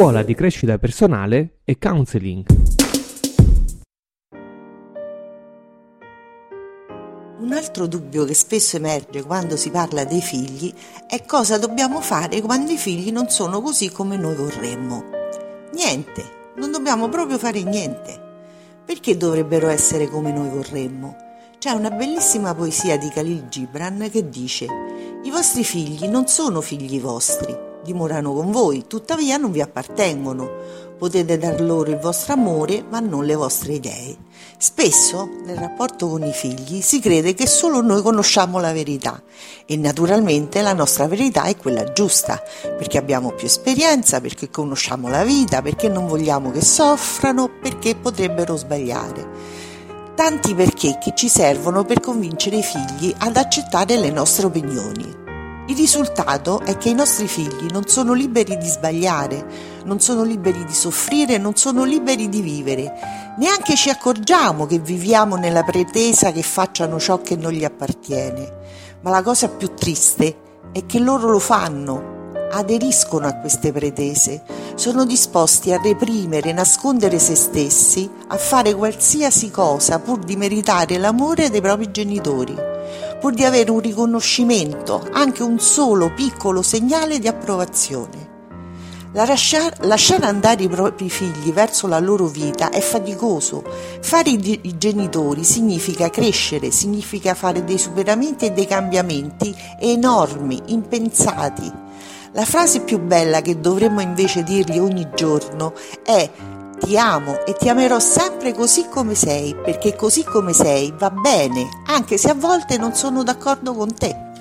scuola di crescita personale e counseling. Un altro dubbio che spesso emerge quando si parla dei figli è cosa dobbiamo fare quando i figli non sono così come noi vorremmo. Niente, non dobbiamo proprio fare niente. Perché dovrebbero essere come noi vorremmo? C'è una bellissima poesia di Khalil Gibran che dice: i vostri figli non sono figli vostri, dimorano con voi, tuttavia non vi appartengono. Potete dar loro il vostro amore, ma non le vostre idee. Spesso, nel rapporto con i figli, si crede che solo noi conosciamo la verità e naturalmente la nostra verità è quella giusta, perché abbiamo più esperienza, perché conosciamo la vita, perché non vogliamo che soffrano, perché potrebbero sbagliare. Tanti perché che ci servono per convincere i figli ad accettare le nostre opinioni. Il risultato è che i nostri figli non sono liberi di sbagliare, non sono liberi di soffrire, non sono liberi di vivere. Neanche ci accorgiamo che viviamo nella pretesa che facciano ciò che non gli appartiene. Ma la cosa più triste è che loro lo fanno, aderiscono a queste pretese, sono disposti a reprimere, nascondere se stessi, a fare qualsiasi cosa pur di meritare l'amore dei propri genitori, pur di avere un riconoscimento, anche un solo piccolo segnale di approvazione. Lasciare andare i propri figli verso la loro vita è faticoso. Fare i genitori significa crescere, significa fare dei superamenti e dei cambiamenti enormi, impensati. La frase più bella che dovremmo invece dirgli ogni giorno è: ti amo e ti amerò sempre così come sei, perché così come sei va bene, anche se a volte non sono d'accordo con te.